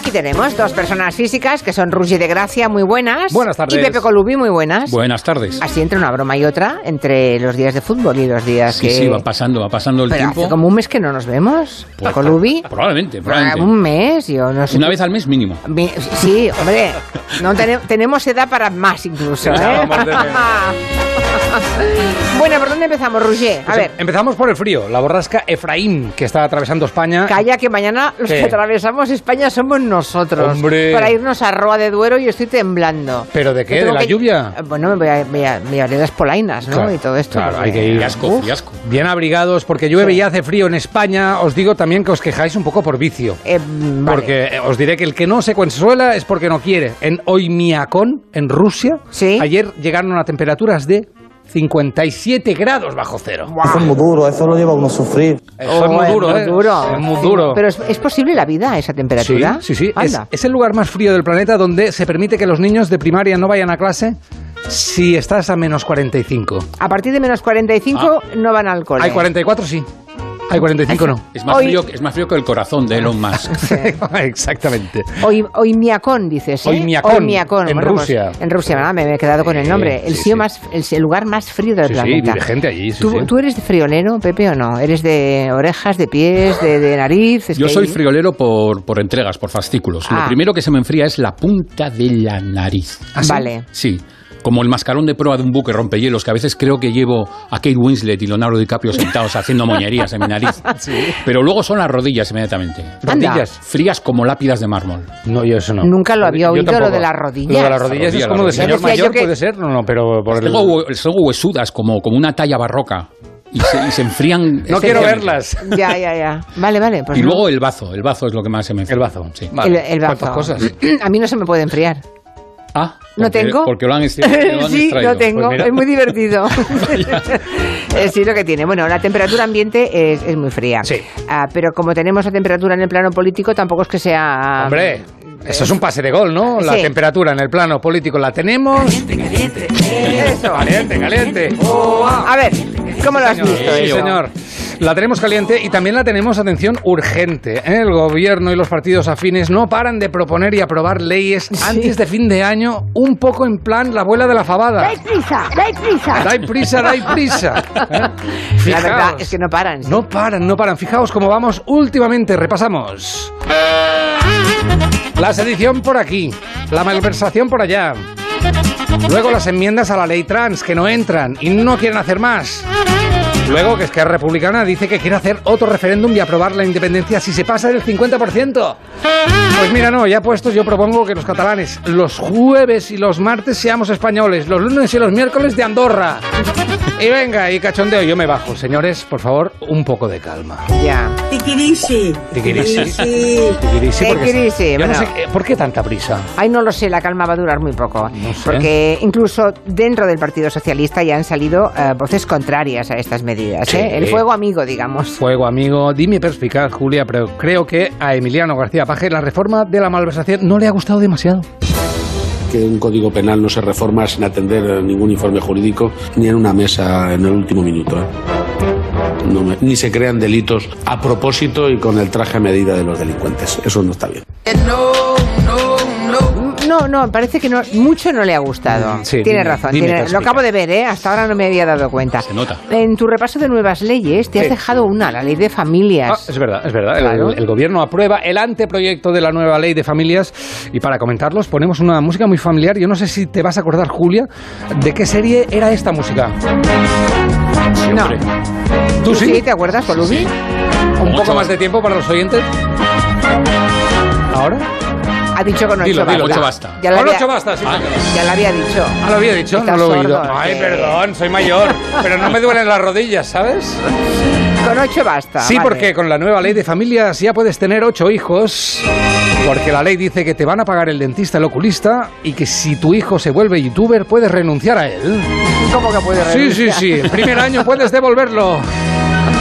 Aquí tenemos dos personas físicas que son Rugi de Gracia, muy buenas. Buenas tardes. Y Pepe Colubi, muy buenas. Buenas tardes. Así entre una broma y otra, entre los días de fútbol y los días que... Sí, va pasando el Pero tiempo. hace como un mes que no nos vemos, Pues, Colubi. Probablemente. Un mes, yo no sé. Una vez al mes mínimo. Sí, hombre, no tenemos edad para más incluso, ¿eh? Bueno, ¿por dónde empezamos, Roger? A ver. Empezamos por el frío. La borrasca Efraín, que está atravesando España. Calla, que mañana los que atravesamos España somos nosotros. ¡Hombre! Para irnos a Roa de Duero y estoy temblando. ¿Pero de qué? ¿De la lluvia? Bueno, me haré las polainas, ¿no? Claro, y todo esto. Claro, hay que ir. Fiasco. Bien abrigados, porque llueve y hace frío en España. Os digo también que os quejáis un poco por vicio. Vale. Porque os diré que el que no se consuela es porque no quiere. En Oymyakon, en Rusia, ayer llegaron a temperaturas de 57 grados bajo cero. Wow. Eso es muy duro, eso lo lleva a uno a sufrir. Eso es muy duro, es duro. Es muy duro. Pero ¿es posible la vida a esa temperatura? Sí. Anda. Es el lugar más frío del planeta donde se permite que los niños de primaria no vayan a clase si estás a menos 45. A partir de menos 45 no van al cole. Hay 44 sí. Hay 45 no. Es más frío que el corazón de Elon Musk. Exactamente. Oymyakon, dices, ¿eh? Oymyakon, en Rusia. En Rusia, ¿verdad? Me he quedado con el nombre. El lugar más frío del planeta. Sí, vive gente allí. ¿Tú eres de friolero, Pepe, o no? ¿Eres de orejas, de pies, de nariz? Yo soy friolero por entregas, por fascículos. Lo primero que se me enfría es la punta de la nariz. ¿Ah, sí? Vale. Sí. Como el mascarón de prueba de un buque rompehielos, que a veces creo que llevo a Kate Winslet y Leonardo DiCaprio sentados haciendo moñerías en mi nariz. Sí. Pero luego son las rodillas inmediatamente. ¿Rodillas? Frías como lápidas de mármol. No, yo eso no. Nunca lo había oído, lo de las rodillas. Lo de las rodillas es como de señor mayor, puede ser, no, pero por Son huesudas, como una talla barroca. Y se enfrían. No quiero verlas. Ya. Vale. Pues y luego el bazo es lo que más se me enfría. El bazo, sí. Vale. El bazo. ¿Cuántas cosas? A mí no se me puede enfriar. ¿No tengo? Porque lo han extraído. Sí, lo tengo. Pues es muy divertido. Sí, lo que tiene. Bueno, la temperatura ambiente es muy fría. Sí. Pero como tenemos la temperatura en el plano político, tampoco es que sea... Hombre, eso es un pase de gol, ¿no? La temperatura en el plano político la tenemos. Caliente. Eso. Caliente. A ver, ¿cómo lo has visto? Sí, señor. La tenemos caliente y también la tenemos, atención, urgente. El gobierno y los partidos afines no paran de proponer y aprobar leyes antes de fin de año, un poco en plan la abuela de la fabada. ¡Dai prisa! ¡Dai prisa! Fijaos, la verdad es que no paran. ¿Sí? No paran. Fijaos cómo vamos últimamente. Repasamos. La sedición por aquí, la malversación por allá. Luego las enmiendas a la ley trans que no entran y no quieren hacer más. Luego que Esquerra Republicana dice que quiere hacer otro referéndum y aprobar la independencia si se pasa del 50%. Pues mira, no, ya puestos, yo propongo que los catalanes los jueves y los martes seamos españoles, los lunes y los miércoles de Andorra. Y venga, y cachondeo, yo me bajo. Señores, por favor, un poco de calma. Ya. Tiquirisi. Yo no sé, ¿por qué tanta prisa? Ay, no lo sé, la calma va a durar muy poco. No sé. Porque incluso dentro del Partido Socialista ya han salido voces contrarias a estas medidas. Sí. El fuego amigo, digamos. Fuego amigo, dime perspicaz, Julia, pero creo que a Emiliano García Paje la reforma de la malversación no le ha gustado demasiado. Que un código penal no se reforma sin atender ningún informe jurídico ni en una mesa en el último minuto. Ni se crean delitos a propósito y con el traje a medida de los delincuentes. Eso no está bien. No, parece que mucho no le ha gustado. Sí, Tiene razón. Lo acabo de ver, ¿eh? Hasta ahora no me había dado cuenta. Se nota. En tu repaso de nuevas leyes te has dejado la ley de familias. Es verdad. Claro. El gobierno aprueba el anteproyecto de la nueva ley de familias y para comentarlos ponemos una música muy familiar. Yo no sé si te vas a acordar, Julia, de qué serie era esta música. No. ¿Tú sí? ¿Sí? ¿Te acuerdas, Colubi? Sí. Un poco más de tiempo para los oyentes. ¿Ahora? Ha dicho con 8 basta. Dilo, 8 basta. Ya Con 8 basta, sí. Ya lo había dicho. ¿Lo había dicho? Estás No lo he oído. sordo, Ay, perdón, soy mayor. Pero no me duelen las rodillas, ¿sabes? Con 8 basta. Sí, vale. porque con la nueva ley de familias ya puedes tener 8 hijos. Porque la ley dice que te van a pagar el dentista, el oculista, y que si tu hijo se vuelve youtuber puedes renunciar a él. ¿Cómo que puede renunciar? Sí. Primer año puedes devolverlo.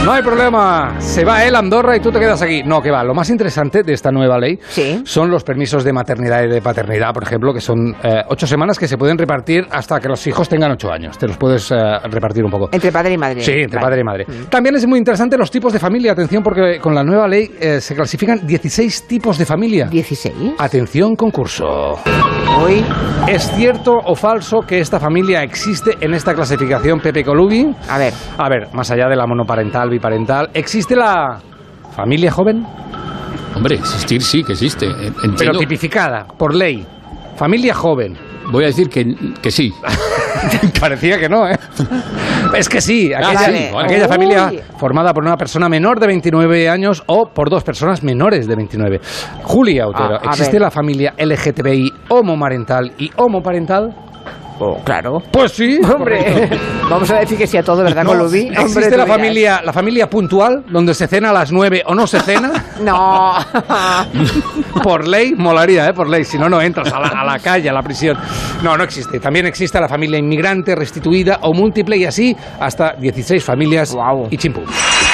No hay problema, se va él a Andorra y tú te quedas aquí. No, que va, lo más interesante de esta nueva ley son los permisos de maternidad y de paternidad, por ejemplo, que son 8 semanas que se pueden repartir hasta que los hijos tengan 8 años. Te los puedes repartir un poco. Entre padre y madre. Sí, entre padre y madre. También es muy interesante los tipos de familia. Atención, porque con la nueva ley se clasifican 16 tipos de familia. ¿16? Atención, concurso. Uy. ¿Es cierto o falso que esta familia existe en esta clasificación, Pepe Colubi? A ver, más allá de la monoparental, biparental, ¿existe la familia joven? Hombre, existir sí que existe. Entiendo. Pero tipificada, por ley. Familia joven. Voy a decir que sí. Parecía que no, ¿eh? Es que sí, aquella familia formada por una persona menor de 29 años o por 2 personas menores de 29. Julia Otero, ¿existe la familia LGTBI homomarental y homoparental? Oh, claro. Pues sí. Hombre, vamos a decir que sí a todo, ¿verdad, Colubi? ¿Existe la familia puntual, donde se cena a las 9 o no se cena? No. Por ley, molaría, por ley. Si no, no entras a la calle, a la prisión. No, no existe. También existe la familia inmigrante, restituida o múltiple y así hasta 16 familias. Wow. Y chimpú.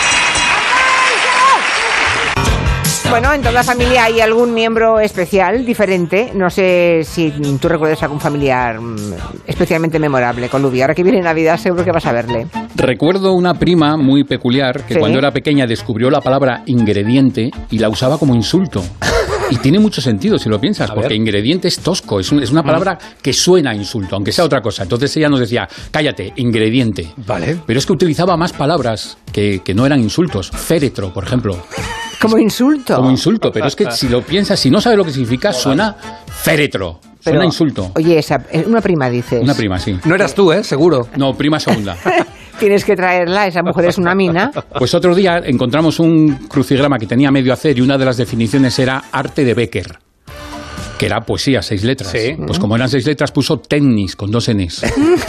Bueno, en toda la familia hay algún miembro especial, diferente. No sé si tú recuerdas algún familiar especialmente memorable, Colubi. Ahora que viene Navidad seguro que vas a verle. Recuerdo una prima muy peculiar que cuando era pequeña descubrió la palabra ingrediente y la usaba como insulto. Y tiene mucho sentido si lo piensas, porque ingrediente es tosco, es una palabra que suena a insulto, aunque sea otra cosa. Entonces ella nos decía, cállate, ingrediente. Vale. Pero es que utilizaba más palabras que no eran insultos. Féretro, por ejemplo. Como insulto. Como insulto, pero es que si lo piensas, si no sabes lo que significa, suena féretro. Suena insulto. Oye, una prima dices. Una prima, sí. No eras tú, seguro. No, prima segunda. Tienes que traerla, esa mujer es una mina. Pues otro día encontramos un crucigrama que tenía medio hacer y una de las definiciones era arte de Becker, que era poesía, 6 letras. Sí. Pues como eran 6 letras, puso tennis con 2 Ns.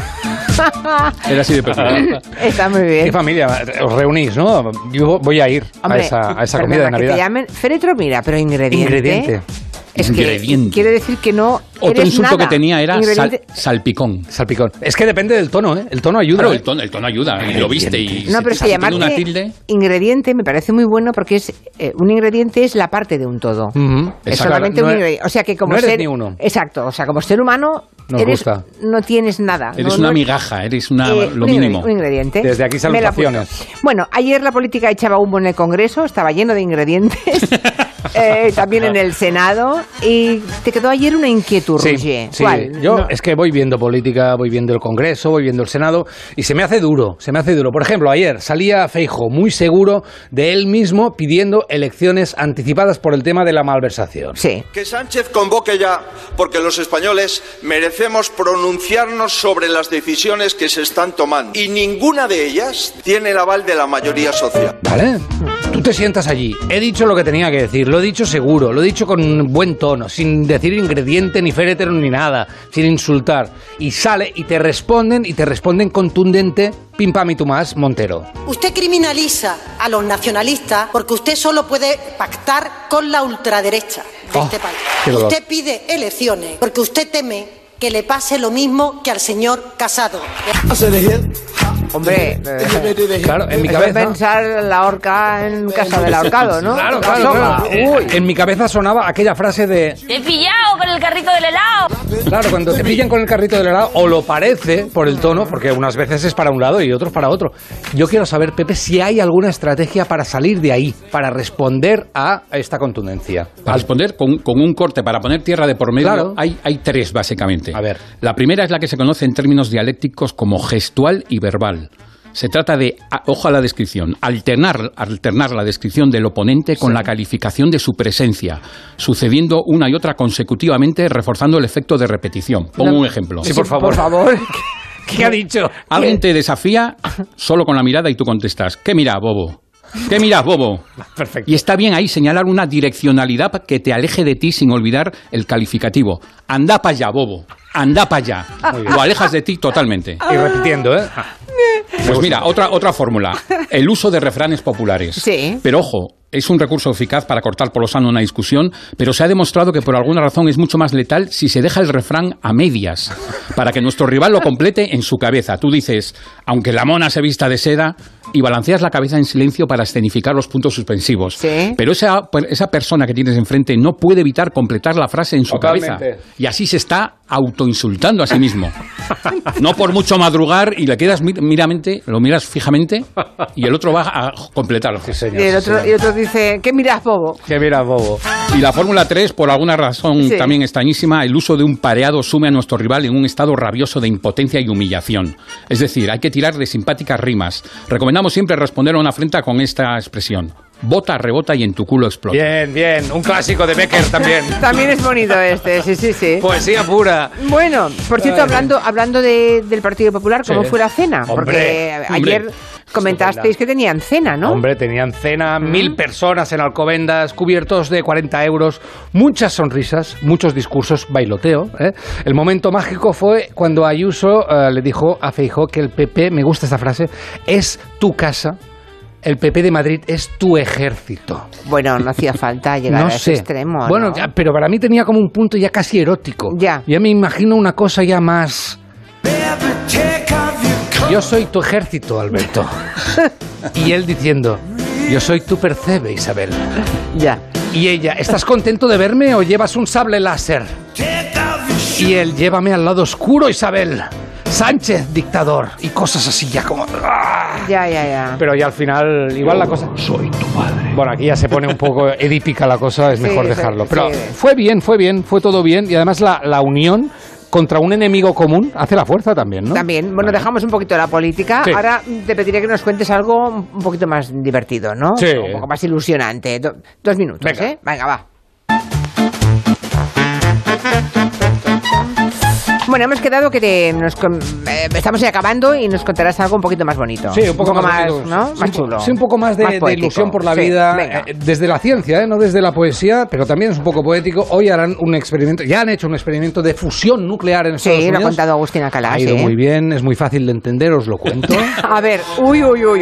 Era así de peculiar. Está muy bien. ¿Qué familia? Os reunís, ¿no? Yo voy a ir a esa comida de Navidad. Que te llamen féretro, mira, pero ingrediente. Es ingrediente. Que quiere decir que no Otro eres insulto nada. que tenía era salpicón. Salpicón. Es que depende del tono, ¿eh? El tono ayuda. Claro, el tono ayuda. Y lo viste y no, pero es que una llamarte tilde. Ingrediente me parece muy bueno porque es un ingrediente es la parte de un todo. Es solamente un ingrediente. O sea que como no eres ser ni uno. Exacto. O sea, como ser humano no tienes nada. Eres una migaja, eres lo mínimo. Un ingrediente. Desde aquí salutaciones. Bueno, ayer la política echaba humo en el Congreso, estaba lleno de ingredientes. También en el Senado. Y te quedó ayer una inquietud, Roger. Sí. ¿Cuál? Yo es que voy viendo política, voy viendo el Congreso, voy viendo el Senado y se me hace duro. Por ejemplo, ayer salía Feijóo muy seguro de él mismo pidiendo elecciones anticipadas por el tema de la malversación. Sí. Que Sánchez convoque ya, porque los españoles merecemos pronunciarnos sobre las decisiones que se están tomando. Y ninguna de ellas tiene el aval de la mayoría social. ¿Vale? Tú te sientas allí. He dicho lo que tenía que decir, lo he dicho seguro, lo he dicho con buen tono, sin decir ingrediente, ni féretro, ni nada, sin insultar. Y sale y te responden contundente, pim pam y tú más, Montero. Usted criminaliza a los nacionalistas porque usted solo puede pactar con la ultraderecha de este país. Usted pide elecciones porque usted teme que le pase lo mismo que al señor Casado. Hombre, claro, en mi cabeza cabeza pensar la horca en casa del ahorcado, ¿no? Claro. En mi cabeza sonaba aquella frase de ¡te he pillado con el carrito del helado! Claro, cuando te pillan con el carrito del helado, o lo parece por el tono, porque unas veces es para un lado y otros para otro. Yo quiero saber, Pepe, si hay alguna estrategia para salir de ahí, para responder a esta contundencia. Para responder con un corte, para poner tierra de por medio, Claro. hay 3 básicamente. A ver. La primera es la que se conoce en términos dialécticos como gestual y verbal. Se trata de, ojo a la descripción, alternar la descripción del oponente con la calificación de su presencia, sucediendo una y otra consecutivamente, reforzando el efecto de repetición. Pongo un ejemplo. Sí, por favor. ¿Qué ha dicho? Alguien te desafía solo con la mirada y tú contestas, ¿qué mira, bobo? ¿Qué miras, bobo? Perfecto. Y está bien ahí señalar una direccionalidad que te aleje de ti sin olvidar el calificativo. Anda para allá, bobo. Anda para allá. Lo alejas de ti totalmente. Y repitiendo, ¿eh? Pues mira, otra fórmula. El uso de refranes populares. Sí. Pero ojo, es un recurso eficaz para cortar por lo sano una discusión, pero se ha demostrado que por alguna razón es mucho más letal si se deja el refrán a medias, para que nuestro rival lo complete en su cabeza. Tú dices, aunque la mona se vista de seda, y balanceas la cabeza en silencio para escenificar los puntos suspensivos. Sí. Pero esa persona que tienes enfrente no puede evitar completar la frase en su cabeza. Y así se está autoinsultando a sí mismo. No por mucho madrugar y le quedas lo miras fijamente y el otro va a completarlo. Sí, señor, Y el otro dice, ¿qué miras, bobo? ¿Qué miras, bobo? Y la fórmula 3, por alguna razón Sí. también extrañísima, el uso de un pareado sume a nuestro rival en un estado rabioso de impotencia y humillación. Es decir, hay que tirar de simpáticas rimas. Recomendamos siempre responder a una afrenta con esta expresión: bota, rebota y en tu culo explota. Bien, un clásico de Becker también. También es bonito este, sí. Poesía pura. Bueno, por cierto, hablando del Partido Popular, ¿cómo Sí. fue la cena? Porque ayer comentasteis que tenían cena, ¿no? Hombre, tenían cena, 1.000 personas en Alcobendas, cubiertos de 40 euros, muchas sonrisas, muchos discursos, bailoteo. El momento mágico fue cuando Ayuso le dijo a Feijóo que el PP, me gusta esta frase, es tu casa. El PP de Madrid es tu ejército. Bueno, no hacía falta llegar a ese extremo. Bueno, ¿no? ya, pero para mí tenía como un punto ya casi erótico. Ya. Ya me imagino una cosa ya más... Yo soy tu ejército, Alberto. Y él diciendo, yo soy tu percebe, Isabel. Ya. Y ella, ¿estás contento de verme o llevas un sable láser? Y él, llévame al lado oscuro, Isabel. Sánchez, dictador. Y cosas así ya como... ¡ah! Ya. Pero ya al final, igual la cosa... Soy tu padre. Bueno, aquí ya se pone un poco edípica la cosa, es Sí, mejor sí, dejarlo. Pero sí. fue bien, fue todo bien. Y además la unión contra un enemigo común hace la fuerza también, ¿no? También, bueno, dejamos un poquito la política. Sí. Ahora te pediré que nos cuentes algo un poquito más divertido, ¿no? Sí. Un poco más ilusionante. 2 minutos, Venga. ¿eh? Venga, va. Bueno, hemos quedado que estamos ya acabando y nos contarás algo un poquito más bonito. Sí, un poco más, ¿no? Más chulo. Sí, un poco más de poético. ilusión por la Sí, vida, venga. desde la ciencia, no desde la poesía, pero también es un poco poético. Hoy harán un experimento, ya han hecho un experimento de fusión nuclear en Estados Sí, Unidos. lo ha contado Agustín Alcalá. Ha ido sí. muy bien, es muy fácil de entender, os lo cuento. A ver, uy.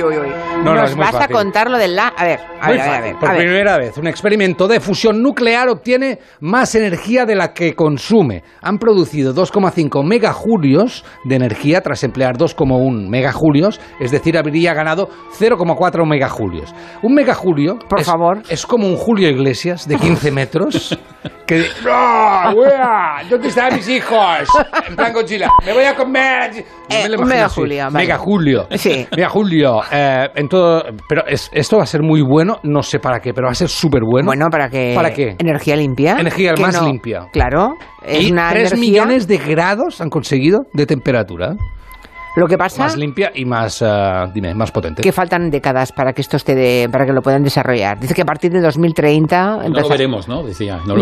No, Nos es muy vas a fácil. contar lo del la... A ver. Muy fácil. Por primera vez, un experimento de fusión nuclear obtiene más energía de la que consume. Han producido 2,5 megajulios de energía tras emplear 2,1 megajulios, es decir, habría ganado 0,4 megajulios. Un megajulio, Por favor. es como un Julio Iglesias de 15 metros que... ¡No, wea! ¿Dónde están mis hijos? En plan Godzilla. Me voy a comer... Yo me lo un imagino así. megajulio, vale. Megajulio. Sí. Megajulio. En todo... Pero esto va a ser muy bueno, no sé para qué, pero va a ser súper bueno. Bueno, ¿para qué? ¿Para qué? Energía limpia. Energía Que más limpia. Claro. Es Y una 3 energía... millones de grados han conseguido de temperatura. Lo que pasa... Más limpia y más, más potente. que faltan décadas para que esto para que lo puedan desarrollar. Dice que a partir de 2030 No lo veremos, ¿no? Decía. No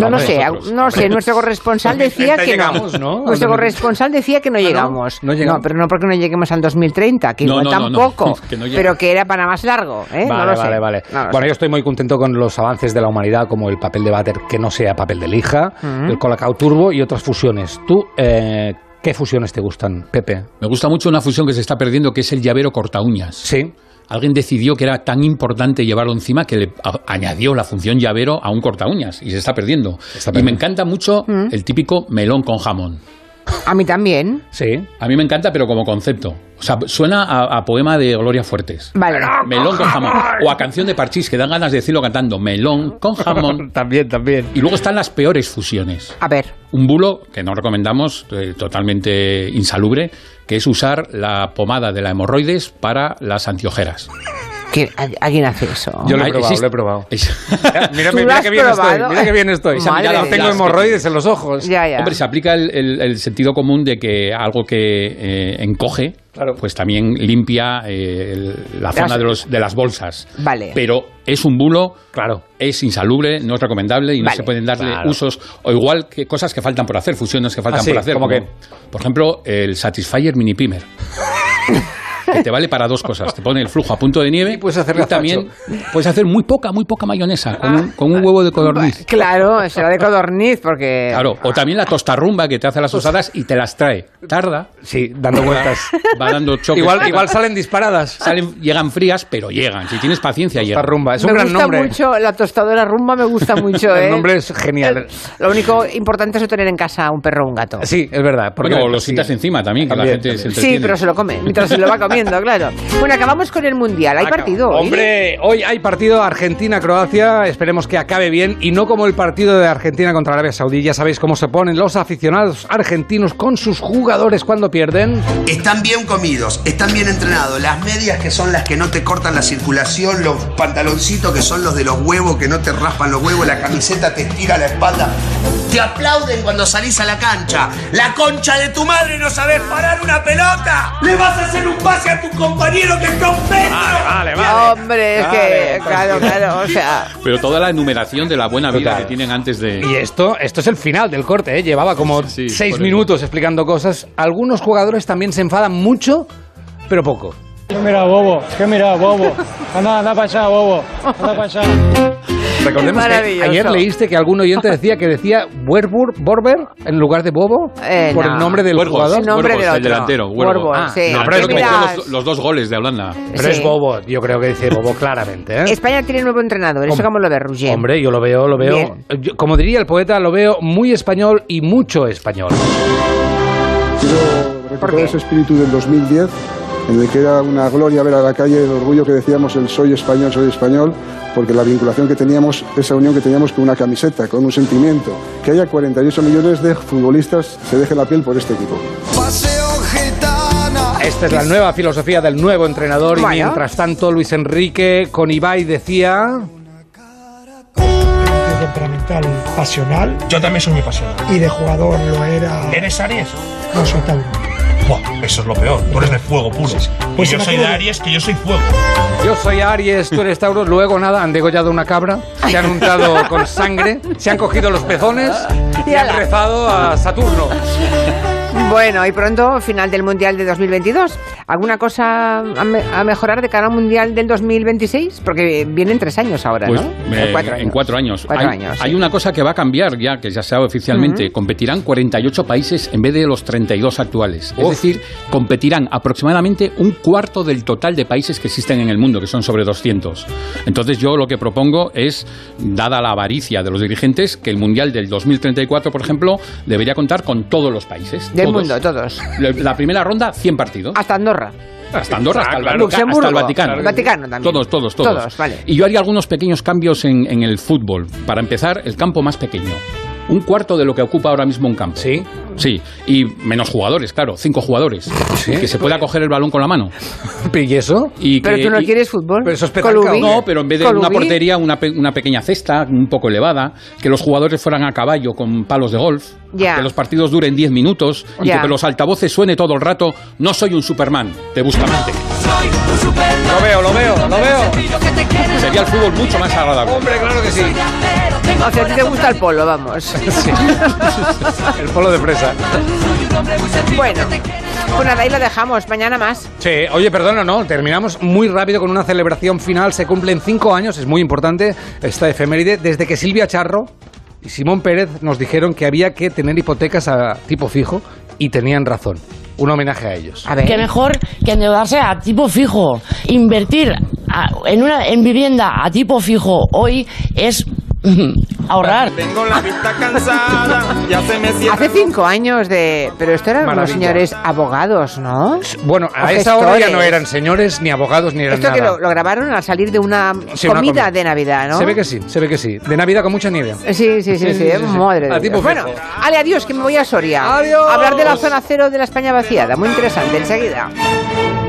sé, nuestro corresponsal decía que llegamos, ¿no? Nuestro corresponsal decía que no llegamos. no llegamos. No, pero no porque no lleguemos al 2030, que igual tampoco, que no llega. pero que era para más largo, ¿eh? Vale, no lo sé. vale. No lo Bueno, sé. yo estoy muy contento con los avances de la humanidad, como el papel de váter que no sea papel de lija, el Colacao Turbo y otras fusiones. ¿Tú qué fusiones te gustan, Pepe? Me gusta mucho una fusión que se está perdiendo, que es el llavero cortaúñas. Sí. Alguien decidió que era tan importante llevarlo encima que le añadió la función llavero a un cortaúñas y se está perdiendo. Y me encanta mucho el típico melón con jamón. A mí también. Sí. A mí me encanta, pero como concepto. O sea, suena a poema de Gloria Fuertes. Vale. Melón con jamón. O a canción de Parchís, que dan ganas de decirlo cantando. Melón con jamón. También. Y luego están las peores fusiones. A ver. Un bulo que no recomendamos, totalmente insalubre, que es usar la pomada de la hemorroides para las antiojeras. ¿Alguien hace eso? Yo lo he probado. Mira ¿Tú lo qué has bien probado? estoy. Mira qué bien estoy. Madre Ya mía. tengo hemorroides en los ojos. Ya. Hombre, se aplica el sentido común de que algo que encoge, Claro. pues también limpia la zona de las bolsas. Vale. Pero es un bulo, Claro. es insalubre, no es recomendable y no Vale. se pueden darle Claro. usos, o igual que cosas que faltan por hacer, fusiones que faltan Ah, sí, por hacer. ¿cómo qué? Por ejemplo, el Satisfyer Mini Primer. que te vale para dos cosas. Te pone el flujo a punto de nieve y puedes hacer también puedes hacer muy poca mayonesa con un huevo de codorniz. Claro, será de codorniz porque... Claro, o también la tostarrumba que te hace las tostadas y te las trae. Tarda. Sí, dando vueltas. Va dando choques. Igual salen disparadas. Llegan frías, pero llegan. Si tienes paciencia, llegan. Tostarrumba, es un gran nombre. Me gusta mucho, la tostadora rumba me gusta mucho, El nombre es genial. Lo único importante es tener en casa un perro o un gato. Sí, es verdad. Porque lo sientas encima también, que la gente se entretiene. Sí, pero se lo come, mientras se lo va comiendo, claro. Bueno, acabamos con el Mundial. ¿Hay partido hoy? Hombre, hoy hay partido Argentina-Croacia. Esperemos que acabe bien y no como el partido de Argentina contra Arabia Saudí. Ya sabéis cómo se ponen los aficionados argentinos con sus jugadores cuando pierden. Están bien comidos, están bien entrenados. Las medias que son las que no te cortan la circulación, los pantaloncitos que son los de los huevos que no te raspan los huevos, la camiseta te estira la espalda. Te aplauden cuando salís a la cancha. La concha de tu madre, no sabés parar una pelota. Le vas a hacer un pase a tu compañero que está un metro. Vale. Hombre, es que, claro, o sea... Pero toda la enumeración de la buena vida que tienen antes de... Y esto es el final del corte, ¿eh? Llevaba como 6 minutos explicando cosas. Algunos jugadores también se enfadan mucho, pero poco. ¿Qué mira, bobo? Anda para allá, bobo. Anda para allá. Recordemos que ayer leíste que algún oyente decía Borber en lugar de Bobo por el nombre del jugador. El nombre del delantero. Sí. Pero que metió los 2 goles de Holanda. Pero es Bobo, yo creo que dice Bobo claramente. España tiene nuevo entrenador, ¿eso cómo lo ves, Roger? Hombre, yo lo veo, como diría el poeta, lo veo muy español y mucho español. Quiero recuperar ese espíritu del 2010, en el que era una gloria ver a la calle el orgullo que decíamos el soy español, porque la vinculación que teníamos, esa unión que teníamos con una camiseta, con un sentimiento. Que haya 48 millones de futbolistas se deje la piel por este equipo. Esta es la nueva filosofía del nuevo entrenador y mientras tanto Luis Enrique con Ibai decía... Temperamental, pasional. Yo también soy muy pasional. Y de jugador lo era... ¿Eres Aries? No, soy Tauro. Eso es lo peor, tú eres de fuego puro. Pues yo soy de Aries, que yo soy fuego. Yo soy Aries, tú eres Tauro. Luego nada, han degollado una cabra, se han untado con sangre, se han cogido los pezones y han rezado a Saturno. Bueno, y pronto, final del Mundial de 2022. ¿Alguna cosa a mejorar de cara al Mundial del 2026? Porque vienen 3 años ahora, pues, ¿no? 4 años. En 4 años. Hay sí. una cosa que va a cambiar ya, que ya se sabe oficialmente. Competirán 48 países en vez de los 32 actuales. Es decir, competirán aproximadamente un cuarto del total de países que existen en el mundo, que son sobre 200. Entonces yo lo que propongo es, dada la avaricia de los dirigentes, que el Mundial del 2034, por ejemplo, debería contar con todos los países. Del mundo, todos. La primera ronda, 100 partidos. Hasta Andorra. Hasta Andorra, hasta el Vaticano. El Vaticano también. Todos. Vale. Y yo haría algunos pequeños cambios en el fútbol. Para empezar, el campo más pequeño. Un cuarto de lo que ocupa ahora mismo un campo. ¿Sí? Sí, y menos jugadores, claro, 5 jugadores. ¿Sí? Que se pueda coger el balón con la mano. ¿Y eso? Pero tú no quieres fútbol. Pero eso es petanca. No, pero en vez de una portería, una pequeña cesta, un poco elevada, que los jugadores fueran a caballo con palos de golf, que los partidos duren 10 minutos y que los altavoces suene todo el rato, no soy un Superman, de Bustamante. Lo veo. Sería el fútbol mucho más agradable. Hombre, claro que sí. O sea, a ti te gusta el polo, vamos. Sí. El polo de fresa. Bueno, pues nada, ahí lo dejamos. Mañana más. Sí, oye, perdona, no, terminamos muy rápido con una celebración final. Se cumplen 5 años, es muy importante esta efeméride, desde que Silvia Charro y Simón Pérez nos dijeron que había que tener hipotecas a tipo fijo y tenían razón. Un homenaje a ellos. A ver. Qué mejor que endeudarse a tipo fijo. Invertir en vivienda a tipo fijo hoy es ahorrar. Tengo la vista cansada, ya se me cierra. Hace 5 años de... Pero esto eran unos señores abogados, ¿no? Bueno, a esa hora ya no eran señores, ni abogados, ni eran esto nada. Esto que lo grabaron al salir de una comida de Navidad, ¿no? Se ve que sí. De Navidad con mucha nieve. Sí. Madre de Dios. Bueno, ale, adiós, que me voy a Soria. Adiós. A hablar de la zona cero de la España vaciada. Muy interesante, enseguida.